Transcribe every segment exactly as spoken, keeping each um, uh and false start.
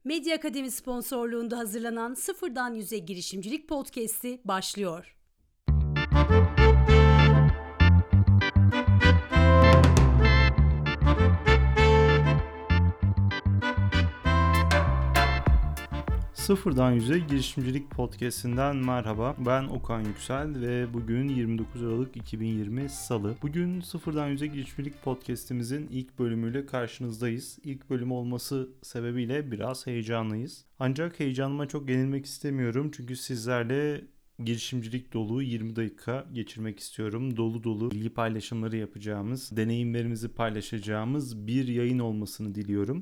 Medya Akademi sponsorluğunda hazırlanan Sıfırdan Yüze Girişimcilik Podcast'i başlıyor. Sıfırdan Yüze Girişimcilik Podcast'inden merhaba. Ben Okan Yüksel ve bugün yirmi dokuz Aralık iki bin yirmi Salı. Bugün Sıfırdan Yüze Girişimcilik Podcast'imizin ilk bölümüyle karşınızdayız. İlk bölüm olması sebebiyle biraz heyecanlıyız. Ancak heyecanıma çok yenilmek istemiyorum çünkü sizlerle girişimcilik dolu yirmi dakika geçirmek istiyorum. Dolu dolu bilgi paylaşımları yapacağımız, deneyimlerimizi paylaşacağımız bir yayın olmasını diliyorum.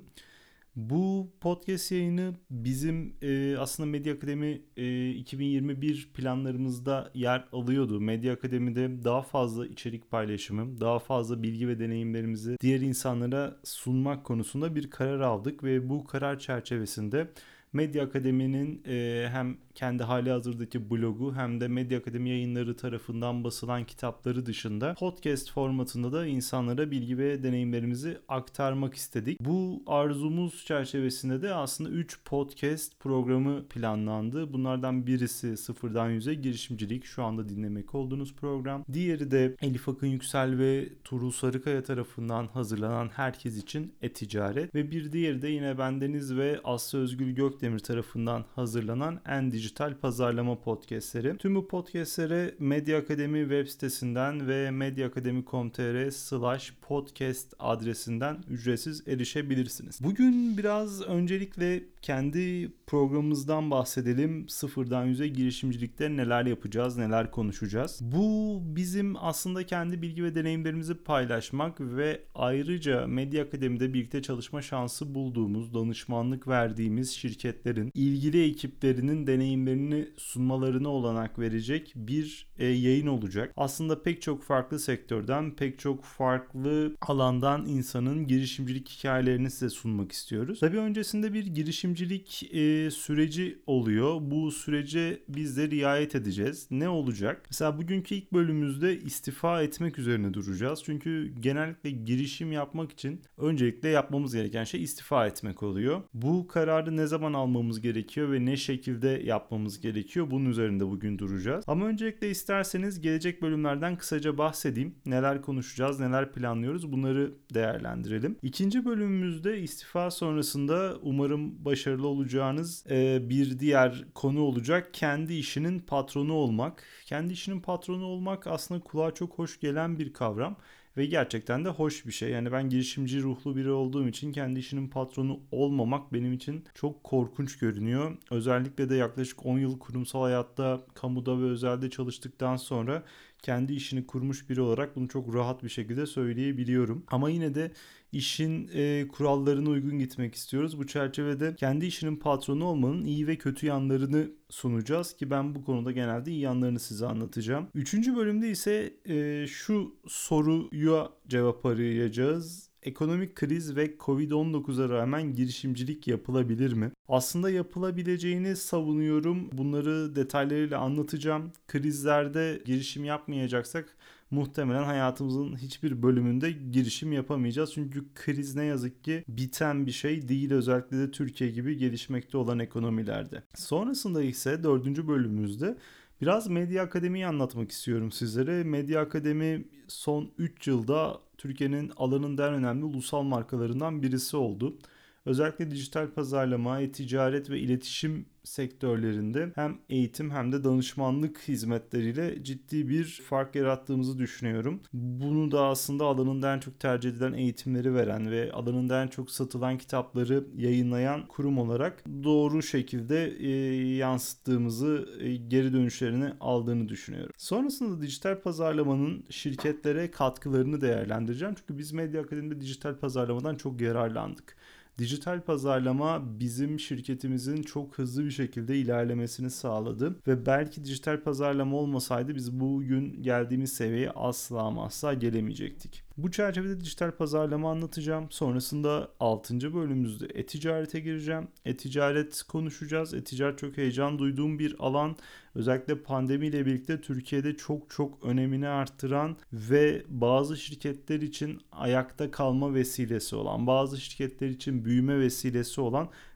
Bu podcast yayını bizim e, aslında Medya Akademi e, iki bin yirmi bir planlarımızda yer alıyordu. Medya Akademi'de daha fazla içerik paylaşımı, daha fazla bilgi ve deneyimlerimizi diğer insanlara sunmak konusunda bir karar aldık ve bu karar çerçevesinde Medya Akademi'nin e, hem kendi hali hazırdaki blogu hem de Medya Akademi yayınları tarafından basılan kitapları dışında podcast formatında da insanlara bilgi ve deneyimlerimizi aktarmak istedik. Bu arzumuz çerçevesinde de aslında üç podcast programı planlandı. Bunlardan birisi Sıfırdan Yüze Girişimcilik, şu anda dinlemek olduğunuz program. Diğeri de Elif Akın Yüksel ve Tuğrul Sarıkaya tarafından hazırlanan Herkes için E-Ticaret ve bir diğeri de yine bendeniz ve Aslı Özgül Gökdemir tarafından hazırlanan En Dijital Pazarlama podcastleri. Tüm bu podcastlere Medya Akademi web sitesinden ve medyaakademi nokta com nokta tr slash podcast adresinden ücretsiz erişebilirsiniz. Bugün biraz öncelikle kendi programımızdan bahsedelim. Sıfırdan Yüze girişimcilikte neler yapacağız, neler konuşacağız. Bu bizim aslında kendi bilgi ve deneyimlerimizi paylaşmak ve ayrıca Medya Akademi'de birlikte çalışma şansı bulduğumuz, danışmanlık verdiğimiz şirketlerin ilgili ekiplerinin deneyimlerini sunmalarına olanak verecek bir e, yayın olacak. Aslında pek çok farklı sektörden, pek çok farklı alandan insanın girişimcilik hikayelerini size sunmak istiyoruz. Tabii öncesinde bir girişimcilik e, süreci oluyor. Bu sürece biz de riayet edeceğiz. Ne olacak? Mesela bugünkü ilk bölümümüzde istifa etmek üzerine duracağız. Çünkü genellikle girişim yapmak için öncelikle yapmamız gereken şey istifa etmek oluyor. Bu kararı ne zaman almamız gerekiyor ve ne şekilde yapmamız gerekiyor? Bunun üzerinde bugün duracağız. Ama öncelikle isterseniz gelecek bölümlerden kısaca bahsedeyim. Neler konuşacağız, neler planlıyoruz, bunları değerlendirelim. İkinci bölümümüzde istifa sonrasında umarım başarılı olacağınız bir diğer konu olacak. Kendi işinin patronu olmak. Kendi işinin patronu olmak aslında kulağa çok hoş gelen bir kavram. Ve gerçekten de hoş bir şey. Yani ben girişimci ruhlu biri olduğum için kendi işinin patronu olmamak benim için çok korkunç görünüyor. Özellikle de yaklaşık on yıl kurumsal hayatta, kamuda ve özelde çalıştıktan sonra kendi işini kurmuş biri olarak bunu çok rahat bir şekilde söyleyebiliyorum. Ama yine de işin e, kurallarına uygun gitmek istiyoruz. Bu çerçevede kendi işinin patronu olmanın iyi ve kötü yanlarını sunacağız ki ben bu konuda genelde iyi yanlarını size anlatacağım. Üçüncü bölümde ise e, şu soruya cevap arayacağız. Ekonomik kriz ve kovid on dokuza rağmen girişimcilik yapılabilir mi? Aslında yapılabileceğini savunuyorum. Bunları detaylarıyla anlatacağım. Krizlerde girişim yapmayacaksak muhtemelen hayatımızın hiçbir bölümünde girişim yapamayacağız. Çünkü kriz ne yazık ki biten bir şey değil, özellikle de Türkiye gibi gelişmekte olan ekonomilerde. Sonrasında ise dördüncü bölümümüzde biraz Medya Akademi'yi anlatmak istiyorum sizlere. Medya Akademi son üç yılda Türkiye'nin alanında en önemli ulusal markalarından birisi oldu. Özellikle dijital pazarlama, e-ticaret ve iletişim sektörlerinde hem eğitim hem de danışmanlık hizmetleriyle ciddi bir fark yarattığımızı düşünüyorum. Bunu da aslında alanında en çok tercih edilen eğitimleri veren ve alanında en çok satılan kitapları yayınlayan kurum olarak doğru şekilde e, yansıttığımızı, e, geri dönüşlerini aldığını düşünüyorum. Sonrasında dijital pazarlamanın şirketlere katkılarını değerlendireceğim. Çünkü biz Medya Akademi'de dijital pazarlamadan çok yararlandık. Dijital pazarlama bizim şirketimizin çok hızlı bir şekilde ilerlemesini sağladı ve belki dijital pazarlama olmasaydı biz bugün geldiğimiz seviyeye asla ama asla gelemeyecektik. Bu çerçevede dijital pazarlama anlatacağım. Sonrasında altıncı bölümümüzde e-ticarete gireceğim. E-ticaret konuşacağız. E-ticaret çok heyecan duyduğum bir alan. Özellikle pandemiyle birlikte Türkiye'de çok çok önemini arttıran ve bazı şirketler için ayakta kalma vesilesi olan, bazı şirketler için büyüme vesilesi olan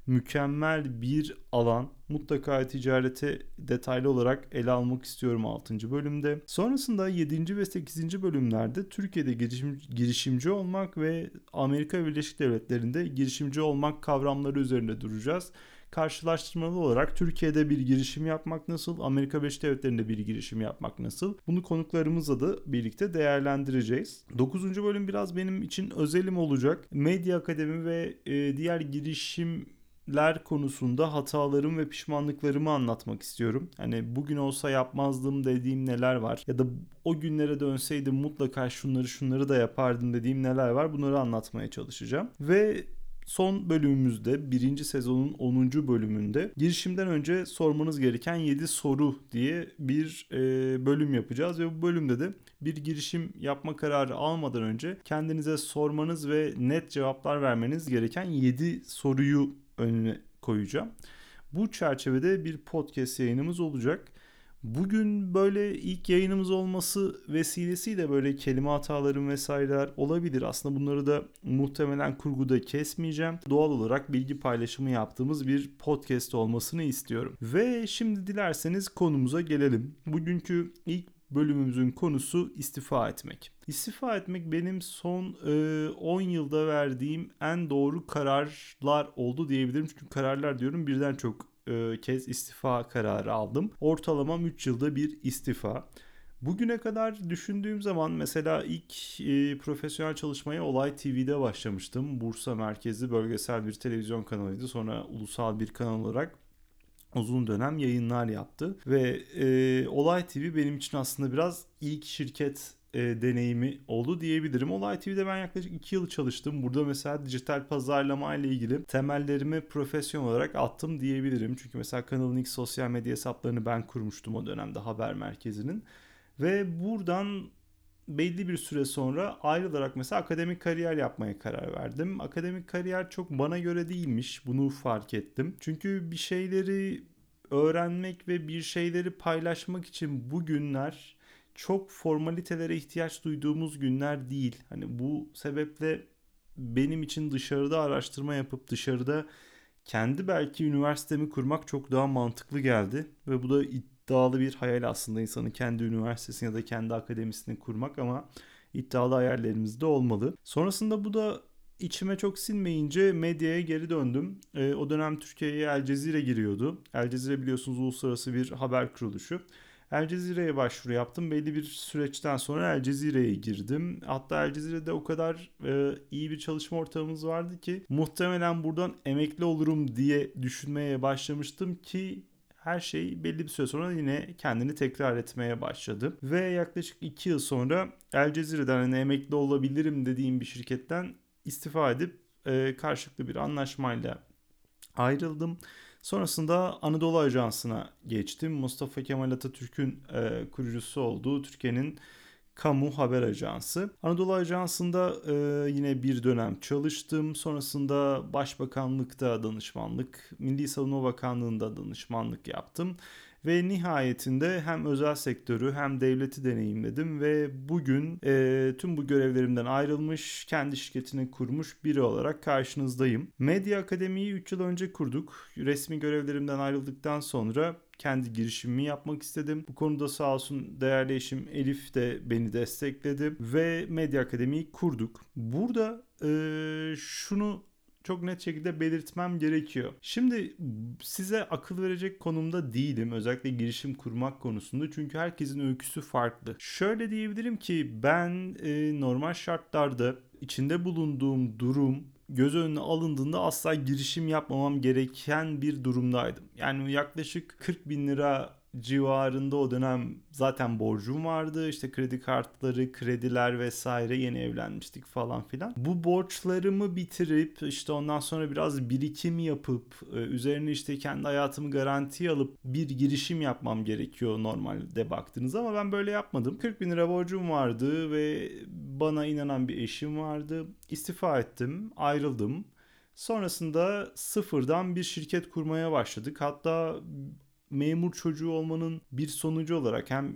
mükemmel bir alan. Mutlaka ticarete detaylı olarak ele almak istiyorum altıncı bölümde. Sonrasında yedinci ve sekizinci bölümlerde Türkiye'de girişim, girişimci olmak ve Amerika Birleşik Devletleri'nde girişimci olmak kavramları üzerinde duracağız. Karşılaştırmalı olarak Türkiye'de bir girişim yapmak nasıl, Amerika Birleşik Devletleri'nde bir girişim yapmak nasıl? Bunu konuklarımızla da birlikte değerlendireceğiz. dokuzuncu bölüm biraz benim için özelim olacak. Medya Akademi ve e, diğer girişimler konusunda hatalarım ve pişmanlıklarımı anlatmak istiyorum. Hani bugün olsa yapmazdım dediğim neler var ya da o günlere dönseydim mutlaka şunları şunları da yapardım dediğim neler var, bunları anlatmaya çalışacağım. Ve son bölümümüzde, birinci sezonun onuncu bölümünde girişimden önce sormanız gereken yedi soru diye bir e, bölüm yapacağız ve bu bölümde de bir girişim yapma kararı almadan önce kendinize sormanız ve net cevaplar vermeniz gereken yedi soruyu önüne koyacağım. Bu çerçevede bir podcast yayınımız olacak. Bugün böyle ilk yayınımız olması vesilesiyle böyle kelime hatalarım vesaireler olabilir. Aslında bunları da muhtemelen kurguda kesmeyeceğim. Doğal olarak bilgi paylaşımı yaptığımız bir podcast olmasını istiyorum. Ve şimdi dilerseniz konumuza gelelim. Bugünkü ilk bölümümüzün konusu istifa etmek. İstifa etmek benim son e, on yılda verdiğim en doğru kararlar oldu diyebilirim. Çünkü kararlar diyorum, birden çok kez istifa kararı aldım. Ortalamam üç yılda bir istifa. Bugüne kadar düşündüğüm zaman mesela ilk e, profesyonel çalışmaya Olay T V'de başlamıştım. Bursa merkezli bölgesel bir televizyon kanalıydı. Sonra ulusal bir kanal olarak uzun dönem yayınlar yaptı. Ve e, Olay T V benim için aslında biraz ilk şirket E, deneyimi oldu diyebilirim. Olay T V'de ben yaklaşık iki yıl çalıştım. Burada mesela dijital pazarlama ile ilgili temellerimi profesyonel olarak attım diyebilirim. Çünkü mesela kanalın ilk sosyal medya hesaplarını ben kurmuştum o dönemde, haber merkezinin. Ve buradan belli bir süre sonra ayrılarak mesela akademik kariyer yapmaya karar verdim. Akademik kariyer çok bana göre değilmiş. Bunu fark ettim. Çünkü bir şeyleri öğrenmek ve bir şeyleri paylaşmak için bugünler çok formalitelere ihtiyaç duyduğumuz günler değil. Hani bu sebeple benim için dışarıda araştırma yapıp dışarıda kendi belki üniversitemi kurmak çok daha mantıklı geldi. Ve bu da iddialı bir hayal aslında, insanın kendi üniversitesini ya da kendi akademisini kurmak, ama iddialı hayallerimiz de olmalı. Sonrasında bu da içime çok sinmeyince medyaya geri döndüm. E, o dönem Türkiye'ye El Cezire giriyordu. El Cezire biliyorsunuz uluslararası bir haber kuruluşu. El Cezire'ye başvuru yaptım. Belli bir süreçten sonra El Cezire'ye girdim. Hatta El Cezire'de o kadar e, iyi bir çalışma ortamımız vardı ki muhtemelen buradan emekli olurum diye düşünmeye başlamıştım ki her şey belli bir süre sonra yine kendini tekrar etmeye başladı. Ve yaklaşık iki yıl sonra El Cezire'den hani emekli olabilirim dediğim bir şirketten istifa edip e, karşılıklı bir anlaşmayla ayrıldım. Sonrasında Anadolu Ajansı'na geçtim. Mustafa Kemal Atatürk'ün e, kurucusu olduğu Türkiye'nin kamu haber ajansı. Anadolu Ajansı'nda e, yine bir dönem çalıştım. Sonrasında Başbakanlıkta danışmanlık, Milli Savunma Bakanlığı'nda danışmanlık yaptım. Ve nihayetinde hem özel sektörü hem devleti deneyimledim ve bugün e, tüm bu görevlerimden ayrılmış, kendi şirketini kurmuş biri olarak karşınızdayım. Medya Akademi'yi üç yıl önce kurduk. Resmi görevlerimden ayrıldıktan sonra kendi girişimimi yapmak istedim. Bu konuda sağ olsun değerli eşim Elif de beni destekledi ve Medya Akademi'yi kurduk. Burada e, şunu çok net şekilde belirtmem gerekiyor. Şimdi size akıl verecek konumda değilim, özellikle girişim kurmak konusunda, çünkü herkesin öyküsü farklı. Şöyle diyebilirim ki ben e, normal şartlarda içinde bulunduğum durum göz önüne alındığında asla girişim yapmamam gereken bir durumdaydım. Yani yaklaşık kırk bin lira civarında o dönem zaten borcum vardı. İşte kredi kartları, krediler vesaire, yeni evlenmiştik falan filan. Bu borçlarımı bitirip işte ondan sonra biraz birikim yapıp üzerine işte kendi hayatımı garantiye alıp bir girişim yapmam gerekiyor normalde baktınız, ama ben böyle yapmadım. kırk bin lira borcum vardı ve bana inanan bir eşim vardı. İstifa ettim, ayrıldım. Sonrasında sıfırdan bir şirket kurmaya başladık. Hatta memur çocuğu olmanın bir sonucu olarak hem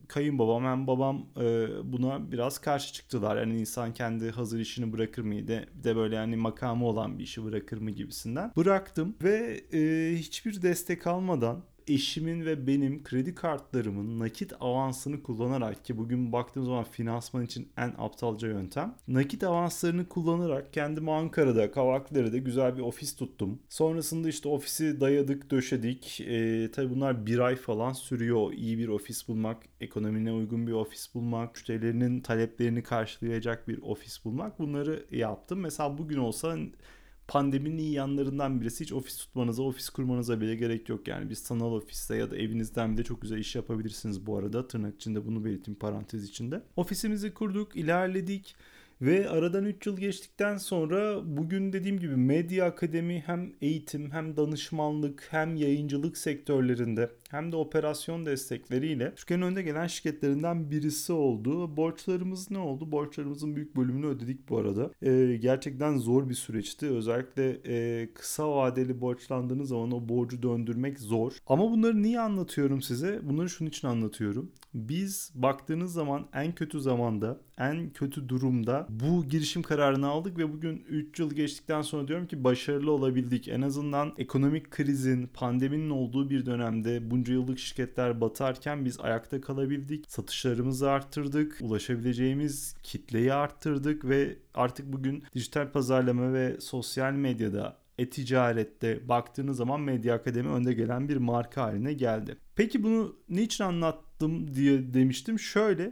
kayınbabam hem babam e, buna biraz karşı çıktılar. Yani insan kendi hazır işini bırakır mıydı? Bir de böyle yani makamı olan bir işi bırakır mı gibisinden. Bıraktım ve e, hiçbir destek almadan eşimin ve benim kredi kartlarımın nakit avansını kullanarak, ki bugün baktığım zaman finansman için en aptalca yöntem, nakit avanslarını kullanarak kendime Ankara'da, Kavaklıdere'de güzel bir ofis tuttum. Sonrasında işte ofisi dayadık, döşedik. E, tabii bunlar bir ay falan sürüyor. İyi bir ofis bulmak, ekonomine uygun bir ofis bulmak, müşterilerinin taleplerini karşılayacak bir ofis bulmak, bunları yaptım. Mesela bugün olsa pandeminin iyi yanlarından birisi, hiç ofis tutmanıza, ofis kurmanıza bile gerek yok. Yani bir sanal ofiste ya da evinizden bile çok güzel iş yapabilirsiniz bu arada. Tırnak içinde bunu belirteyim, parantez içinde. Ofisimizi kurduk, ilerledik. Ve aradan üç yıl geçtikten sonra bugün dediğim gibi Medya Akademi hem eğitim hem danışmanlık hem yayıncılık sektörlerinde hem de operasyon destekleriyle Türkiye'nin önde gelen şirketlerinden birisi oldu. Borçlarımız ne oldu? Borçlarımızın büyük bölümünü ödedik bu arada. Ee, gerçekten zor bir süreçti. Özellikle e, kısa vadeli borçlandığınız zaman o borcu döndürmek zor. Ama bunları niye anlatıyorum size? Bunları şunun için anlatıyorum. Biz baktığınız zaman en kötü zamanda, en kötü durumda bu girişim kararını aldık ve bugün üç yıl geçtikten sonra diyorum ki başarılı olabildik. En azından ekonomik krizin, pandeminin olduğu bir dönemde bunca yıllık şirketler batarken biz ayakta kalabildik. Satışlarımızı arttırdık, ulaşabileceğimiz kitleyi arttırdık ve artık bugün dijital pazarlama ve sosyal medyada, e-ticarette baktığınız zaman Medya Akademi önde gelen bir marka haline geldi. Peki bunu niçin anlattım diye demiştim. Şöyle,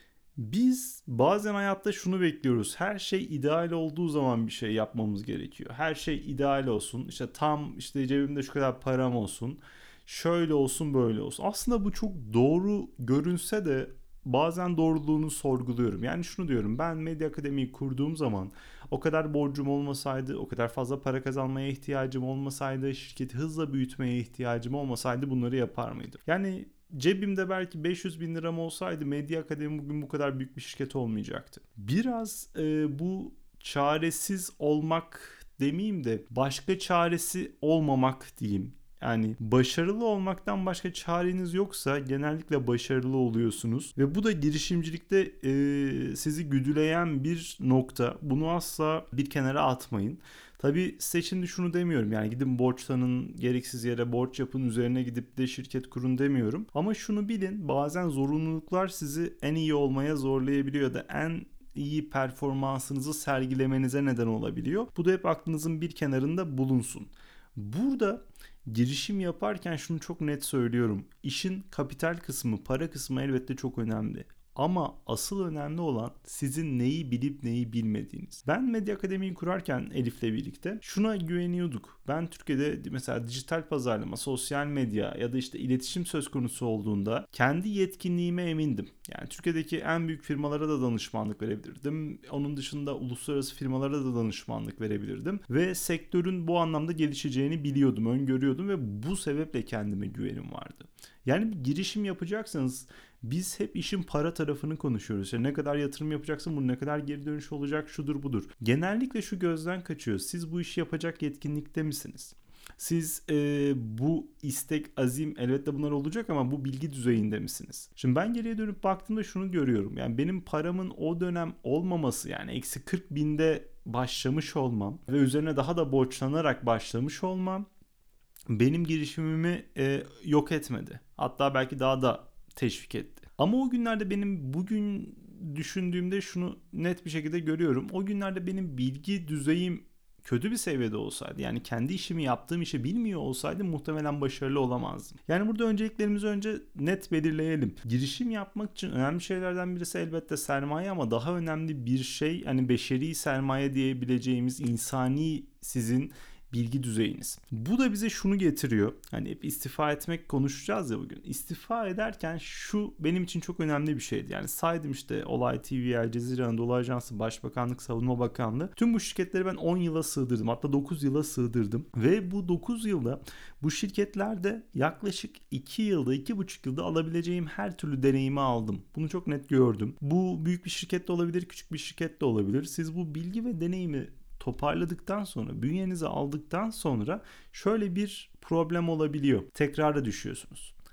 biz bazen hayatta şunu bekliyoruz. Her şey ideal olduğu zaman bir şey yapmamız gerekiyor. Her şey ideal olsun. İşte tam işte cebimde şu kadar param olsun. Şöyle olsun, böyle olsun. Aslında bu çok doğru görünse de bazen doğruluğunu sorguluyorum. Yani şunu diyorum. Ben Medya Akademi'yi kurduğum zaman o kadar borcum olmasaydı, o kadar fazla para kazanmaya ihtiyacım olmasaydı, şirketi hızla büyütmeye ihtiyacım olmasaydı bunları yapar mıydım? Yani cebimde belki beş yüz bin liram olsaydı Medya Akademi bugün bu kadar büyük bir şirket olmayacaktı. Biraz e, bu çaresiz olmak demeyeyim de başka çaresi olmamak diyeyim. Yani başarılı olmaktan başka çareniz yoksa genellikle başarılı oluyorsunuz. Ve bu da girişimcilikte e, sizi güdüleyen bir nokta. Bunu asla bir kenara atmayın. Tabii size şimdi şunu demiyorum, yani gidin borçlanın, gereksiz yere borç yapın, üzerine gidip de şirket kurun demiyorum. Ama şunu bilin, bazen zorunluluklar sizi en iyi olmaya zorlayabiliyor ya da en iyi performansınızı sergilemenize neden olabiliyor. Bu da hep aklınızın bir kenarında bulunsun. Burada girişim yaparken şunu çok net söylüyorum. İşin kapital kısmı, para kısmı elbette çok önemli. Ama asıl önemli olan sizin neyi bilip neyi bilmediğiniz. Ben Medya Akademi'yi kurarken Elif'le birlikte şuna güveniyorduk. Ben Türkiye'de mesela dijital pazarlama, sosyal medya ya da işte iletişim söz konusu olduğunda kendi yetkinliğime emindim. Yani Türkiye'deki en büyük firmalara da danışmanlık verebilirdim. Onun dışında uluslararası firmalara da danışmanlık verebilirdim. Ve sektörün bu anlamda gelişeceğini biliyordum, öngörüyordum ve bu sebeple kendime güvenim vardı. Yani bir girişim yapacaksanız biz hep işin para tarafını konuşuyoruz. Yani ne kadar yatırım yapacaksın, bunun ne kadar geri dönüşü olacak, şudur budur. Genellikle şu gözden kaçıyor. Siz bu işi yapacak yetkinlikte misiniz? Siz e, bu istek, azim, elbette bunlar olacak ama bu bilgi düzeyinde misiniz? Şimdi ben geriye dönüp baktığımda şunu görüyorum. Yani benim paramın o dönem olmaması, yani eksi kırk binde başlamış olmam ve üzerine daha da borçlanarak başlamış olmam benim girişimimi e, yok etmedi. Hatta belki daha da teşvik etti. Ama o günlerde benim bugün düşündüğümde şunu net bir şekilde görüyorum. O günlerde benim bilgi düzeyim kötü bir seviyede olsaydı, yani kendi işimi yaptığım işi bilmiyor olsaydım muhtemelen başarılı olamazdım. Yani burada önceliklerimizi önce net belirleyelim. Girişim yapmak için önemli şeylerden birisi elbette sermaye, ama daha önemli bir şey hani beşeri sermaye diyebileceğimiz insani sizin bilgi düzeyiniz. Bu da bize şunu getiriyor. Hani hep istifa etmek konuşacağız ya bugün. İstifa ederken şu benim için çok önemli bir şeydi. Yani saydım işte Olay T V, El Cezire, Anadolu Ajansı, Başbakanlık, Savunma Bakanlığı. Tüm bu şirketleri ben on yıla sığdırdım. Hatta dokuz yıla sığdırdım. Ve bu dokuz yılda bu şirketlerde yaklaşık iki yılda, iki buçuk yılda alabileceğim her türlü deneyimi aldım. Bunu çok net gördüm. Bu büyük bir şirket de olabilir, küçük bir şirket de olabilir. Siz bu bilgi ve deneyimi toparladıktan sonra, bünyenize aldıktan sonra şöyle bir problem olabiliyor. Tekrara düşüyorsunuz.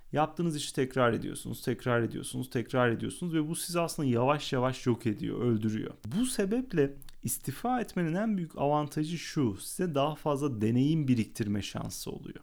Yaptığınız işi tekrar ediyorsunuz, tekrar ediyorsunuz, tekrar ediyorsunuz ve bu sizi aslında yavaş yavaş yok ediyor, öldürüyor. Bu sebeple istifa etmenin en büyük avantajı şu: size daha fazla deneyim biriktirme şansı oluyor.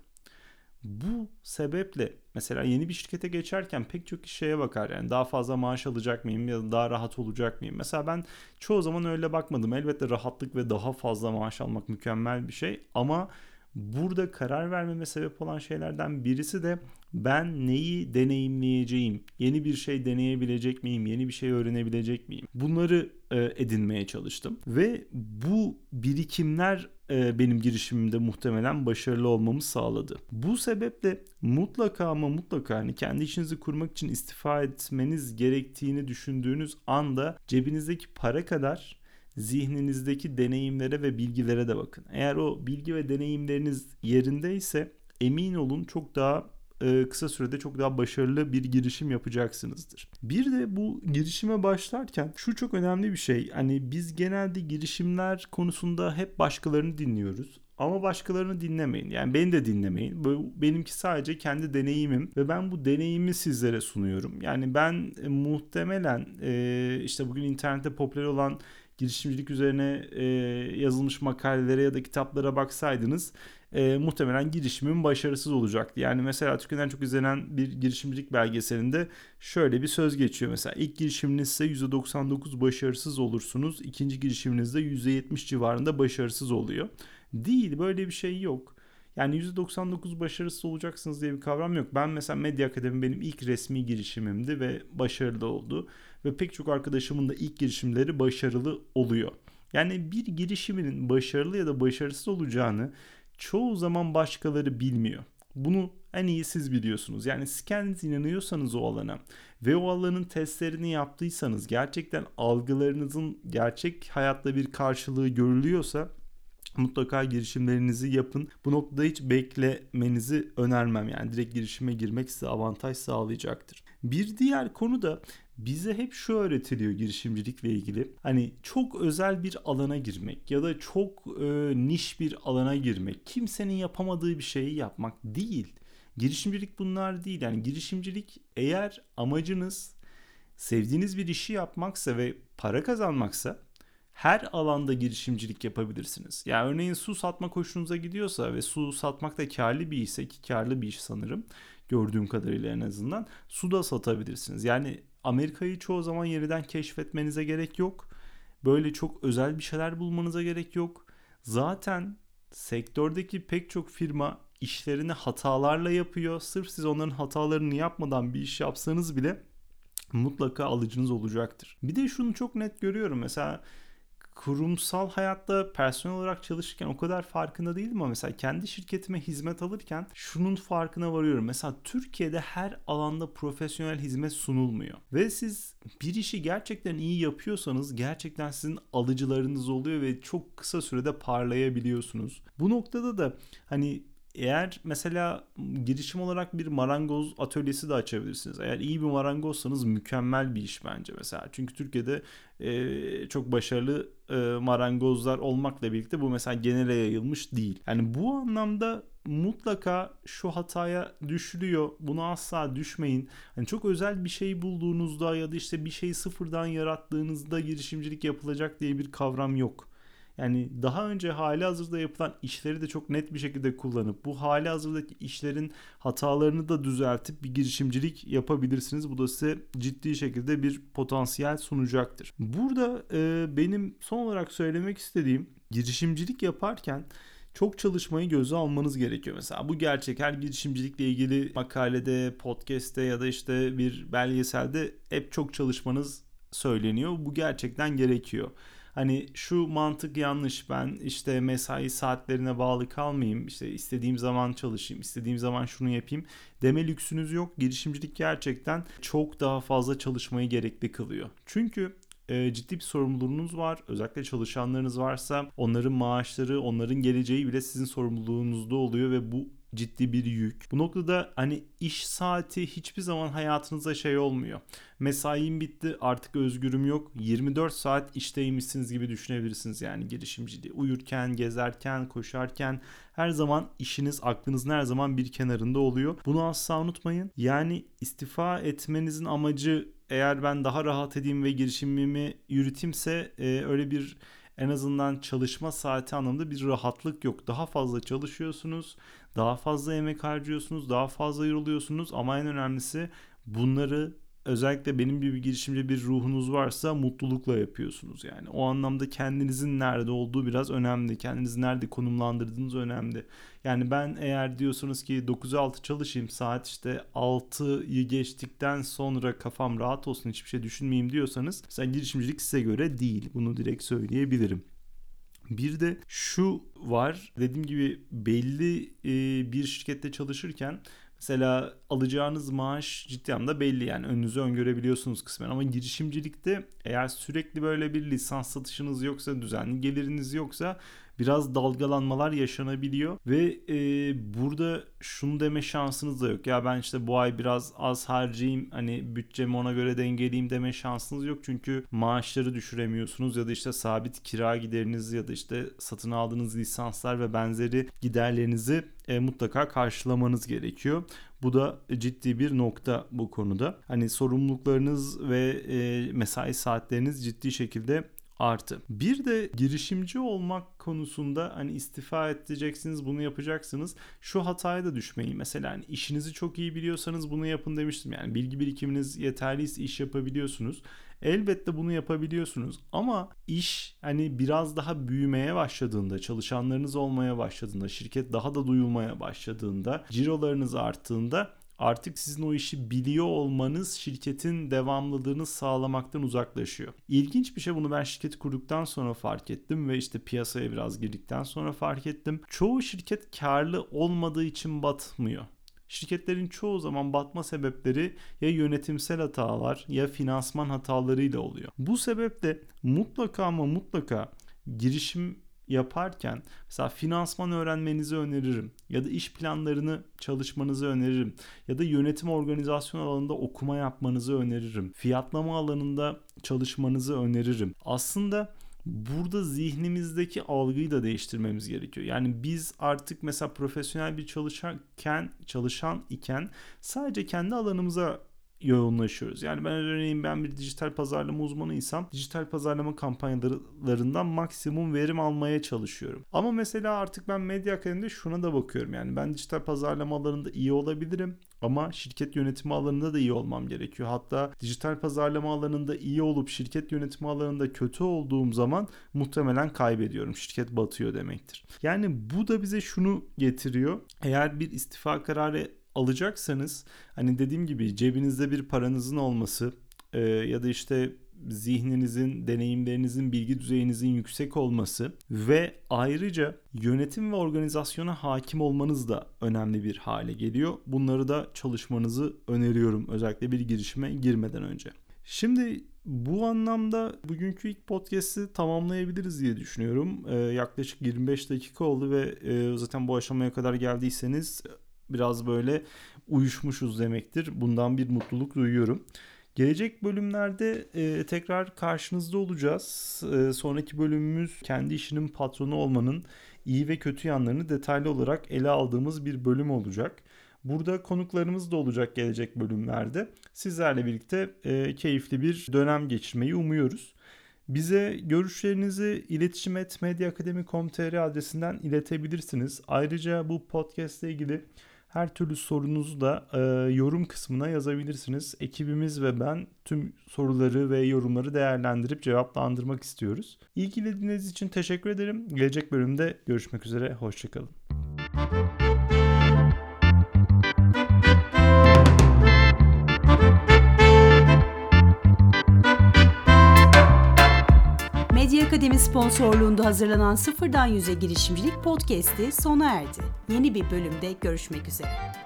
Bu sebeple mesela yeni bir şirkete geçerken pek çok kişi şeye bakar, yani daha fazla maaş alacak mıyım ya da daha rahat olacak mıyım? Mesela ben çoğu zaman öyle bakmadım. Elbette rahatlık ve daha fazla maaş almak mükemmel bir şey ama burada karar vermeme sebep olan şeylerden birisi de ben neyi deneyimleyeceğim, yeni bir şey deneyebilecek miyim, yeni bir şey öğrenebilecek miyim? Bunları e, edinmeye çalıştım ve bu birikimler e, benim girişimimde muhtemelen başarılı olmamı sağladı. Bu sebeple mutlaka ama mutlaka hani kendi işinizi kurmak için istifa etmeniz gerektiğini düşündüğünüz anda cebinizdeki para kadar zihninizdeki deneyimlere ve bilgilere de bakın. Eğer o bilgi ve deneyimleriniz yerindeyse emin olun çok daha e, kısa sürede çok daha başarılı bir girişim yapacaksınızdır. Bir de bu girişime başlarken şu çok önemli bir şey. Hani biz genelde girişimler konusunda hep başkalarını dinliyoruz. Ama başkalarını dinlemeyin. Yani beni de dinlemeyin. Bu benimki sadece kendi deneyimim ve ben bu deneyimi sizlere sunuyorum. Yani ben e, muhtemelen e, işte bugün internette popüler olan girişimcilik üzerine e, yazılmış makalelere ya da kitaplara baksaydınız e, muhtemelen girişimim başarısız olacaktı. Yani mesela Türkiye'den en çok izlenen bir girişimcilik belgeselinde şöyle bir söz geçiyor. Mesela ilk girişiminizse yüzde doksan dokuz başarısız olursunuz. İkinci girişiminizde yüzde yetmiş civarında başarısız oluyor. Değil, böyle bir şey yok. Yani yüzde doksan dokuz başarısız olacaksınız diye bir kavram yok. Ben mesela Medya Akademi benim ilk resmi girişimimdi ve başarılı oldu. Ve pek çok arkadaşımın da ilk girişimleri başarılı oluyor. Yani bir girişiminin başarılı ya da başarısız olacağını çoğu zaman başkaları bilmiyor. Bunu en iyi siz biliyorsunuz. Yani siz kendiniz inanıyorsanız o alana ve o alanın testlerini yaptıysanız, gerçekten algılarınızın gerçek hayatta bir karşılığı görülüyorsa mutlaka girişimlerinizi yapın. Bu noktada hiç beklemenizi önermem. Yani direkt girişime girmek size avantaj sağlayacaktır. Bir diğer konu da bize hep şu öğretiliyor girişimcilikle ilgili. Hani çok özel bir alana girmek ya da çok e, niş bir alana girmek. Kimsenin yapamadığı bir şeyi yapmak değil. Girişimcilik bunlar değil. Yani girişimcilik, eğer amacınız sevdiğiniz bir işi yapmaksa ve para kazanmaksa her alanda girişimcilik yapabilirsiniz. Yani örneğin su satmak hoşunuza gidiyorsa ve su satmak da karlı bir işse, ki karlı bir iş sanırım gördüğüm kadarıyla en azından, su da satabilirsiniz. Yani Amerika'yı çoğu zaman yeniden keşfetmenize gerek yok. Böyle çok özel bir şeyler bulmanıza gerek yok. Zaten sektördeki pek çok firma işlerini hatalarla yapıyor. Sırf siz onların hatalarını yapmadan bir iş yapsanız bile mutlaka alıcınız olacaktır. Bir de şunu çok net görüyorum. Mesela kurumsal hayatta personel olarak çalışırken o kadar farkında değildim ama mesela kendi şirketime hizmet alırken şunun farkına varıyorum. Mesela Türkiye'de her alanda profesyonel hizmet sunulmuyor. Ve siz bir işi gerçekten iyi yapıyorsanız gerçekten sizin alıcılarınız oluyor ve çok kısa sürede parlayabiliyorsunuz. Bu noktada da hani eğer mesela girişim olarak bir marangoz atölyesi de açabilirsiniz. Eğer iyi bir marangozsanız mükemmel bir iş bence mesela. Çünkü Türkiye'de e, çok başarılı e, marangozlar olmakla birlikte bu mesela genele yayılmış değil. Yani bu anlamda mutlaka şu hataya düşülüyor. Buna asla düşmeyin. Hani çok özel bir şey bulduğunuzda ya da işte bir şeyi sıfırdan yarattığınızda girişimcilik yapılacak diye bir kavram yok. Yani daha önce hali hazırda yapılan işleri de çok net bir şekilde kullanıp bu hali hazırdaki işlerin hatalarını da düzeltip bir girişimcilik yapabilirsiniz. Bu da size ciddi şekilde bir potansiyel sunacaktır. Burada e, benim son olarak söylemek istediğim, girişimcilik yaparken çok çalışmayı göze almanız gerekiyor. Mesela bu gerçek, her girişimcilikle ilgili makalede, podcast'te ya da işte bir belgeselde hep çok çalışmanız söyleniyor. Bu gerçekten gerekiyor. Hani şu mantık yanlış, ben işte mesai saatlerine bağlı kalmayayım, işte istediğim zaman çalışayım, istediğim zaman şunu yapayım deme lüksünüz yok. Girişimcilik gerçekten çok daha fazla çalışmayı gerekli kılıyor. Çünkü e, ciddi bir sorumluluğunuz var. Özellikle çalışanlarınız varsa onların maaşları, onların geleceği bile sizin sorumluluğunuzda oluyor ve bu ciddi bir yük. Bu noktada hani iş saati hiçbir zaman hayatınıza şey olmuyor. Mesaim bitti, artık özgürüm yok. yirmi dört saat işteymişsiniz gibi düşünebilirsiniz yani girişimciliği. Uyurken, gezerken, koşarken her zaman işiniz, aklınızın her zaman bir kenarında oluyor. Bunu asla unutmayın. Yani istifa etmenizin amacı eğer ben daha rahat edeyim ve girişimimi yürüteyimse e, öyle bir en azından çalışma saati anlamında bir rahatlık yok. Daha fazla çalışıyorsunuz, daha fazla emek harcıyorsunuz, daha fazla yoruluyorsunuz ama en önemlisi bunları özellikle benim gibi girişimci bir ruhunuz varsa mutlulukla yapıyorsunuz yani. O anlamda kendinizin nerede olduğu biraz önemli. Kendinizi nerede konumlandırdığınız önemli. Yani ben eğer diyorsunuz ki dokuza altı çalışayım, saat işte altıyı geçtikten sonra kafam rahat olsun, hiçbir şey düşünmeyeyim diyorsanız mesela girişimcilik size göre değil. Bunu direkt söyleyebilirim. Bir de şu var, dediğim gibi belli bir şirkette çalışırken mesela alacağınız maaş ciddi anlamda belli, yani önünüzü öngörebiliyorsunuz kısmen, ama girişimcilikte eğer sürekli böyle bir lisans satışınız yoksa, düzenli geliriniz yoksa biraz dalgalanmalar yaşanabiliyor ve e, burada şunu deme şansınız da yok. Ya ben işte bu ay biraz az harcayayım, hani bütçemi ona göre dengeleyeyim deme şansınız yok. Çünkü maaşları düşüremiyorsunuz ya da işte sabit kira gideriniz ya da işte satın aldığınız lisanslar ve benzeri giderlerinizi e, mutlaka karşılamanız gerekiyor. Bu da ciddi bir nokta bu konuda. Hani sorumluluklarınız ve e, mesai saatleriniz ciddi şekilde artı. Bir de girişimci olmak konusunda hani istifa edeceksiniz, bunu yapacaksınız. Şu hataya da düşmeyin. Mesela hani işinizi çok iyi biliyorsanız bunu yapın demiştim. Yani bilgi birikiminiz yeterliyse iş yapabiliyorsunuz. Elbette bunu yapabiliyorsunuz ama iş hani biraz daha büyümeye başladığında, çalışanlarınız olmaya başladığında, şirket daha da duyulmaya başladığında, cirolarınız arttığında artık sizin o işi biliyor olmanız şirketin devamlılığını sağlamaktan uzaklaşıyor. İlginç bir şey, bunu ben şirketi kurduktan sonra fark ettim ve işte piyasaya biraz girdikten sonra fark ettim. Çoğu şirket karlı olmadığı için batmıyor. Şirketlerin çoğu zaman batma sebepleri ya yönetimsel hatalar ya finansman hatalarıyla oluyor. Bu sebeple mutlaka ama mutlaka girişim yaparken mesela finansman öğrenmenizi öneririm ya da iş planlarını çalışmanızı öneririm ya da yönetim organizasyon alanında okuma yapmanızı öneririm. Fiyatlama alanında çalışmanızı öneririm. Aslında burada zihnimizdeki algıyı da değiştirmemiz gerekiyor. Yani biz artık mesela profesyonel bir çalışırken, çalışan iken sadece kendi alanımıza yoğunlaşıyoruz. Yani ben örneğin ben bir dijital pazarlama uzmanıysam dijital pazarlama kampanyalarından maksimum verim almaya çalışıyorum. Ama mesela artık ben Medya Akademi'de şuna da bakıyorum. Yani ben dijital pazarlama alanında iyi olabilirim ama şirket yönetimi alanında da iyi olmam gerekiyor. Hatta dijital pazarlama alanında iyi olup şirket yönetimi alanında kötü olduğum zaman muhtemelen kaybediyorum. Şirket batıyor demektir. Yani bu da bize şunu getiriyor. Eğer bir istifa kararı alacaksanız hani dediğim gibi cebinizde bir paranızın olması e, ya da işte zihninizin, deneyimlerinizin, bilgi düzeyinizin yüksek olması ve ayrıca yönetim ve organizasyona hakim olmanız da önemli bir hale geliyor. Bunları da çalışmanızı öneriyorum özellikle bir girişime girmeden önce. Şimdi bu anlamda bugünkü ilk podcast'i tamamlayabiliriz diye düşünüyorum. Ee, yaklaşık yirmi beş dakika oldu ve e, zaten bu aşamaya kadar geldiyseniz biraz böyle uyuşmuşuz demektir. Bundan bir mutluluk duyuyorum. Gelecek bölümlerde e, tekrar karşınızda olacağız. E, sonraki bölümümüz kendi işinin patronu olmanın iyi ve kötü yanlarını detaylı olarak ele aldığımız bir bölüm olacak. Burada konuklarımız da olacak gelecek bölümlerde. Sizlerle birlikte e, keyifli bir dönem geçirmeyi umuyoruz. Bize görüşlerinizi iletişim et medyaakademi nokta com nokta tr adresinden iletebilirsiniz. Ayrıca bu podcast ile ilgili her türlü sorunuzu da e, yorum kısmına yazabilirsiniz. Ekibimiz ve ben tüm soruları ve yorumları değerlendirip cevaplandırmak istiyoruz. İlgilendiğiniz için teşekkür ederim. Gelecek bölümde görüşmek üzere. Hoşçakalın. Medya Akademi sponsorluğunda hazırlanan Sıfırdan Yüze Girişimcilik Podcast'i sona erdi. Yeni bir bölümde görüşmek üzere.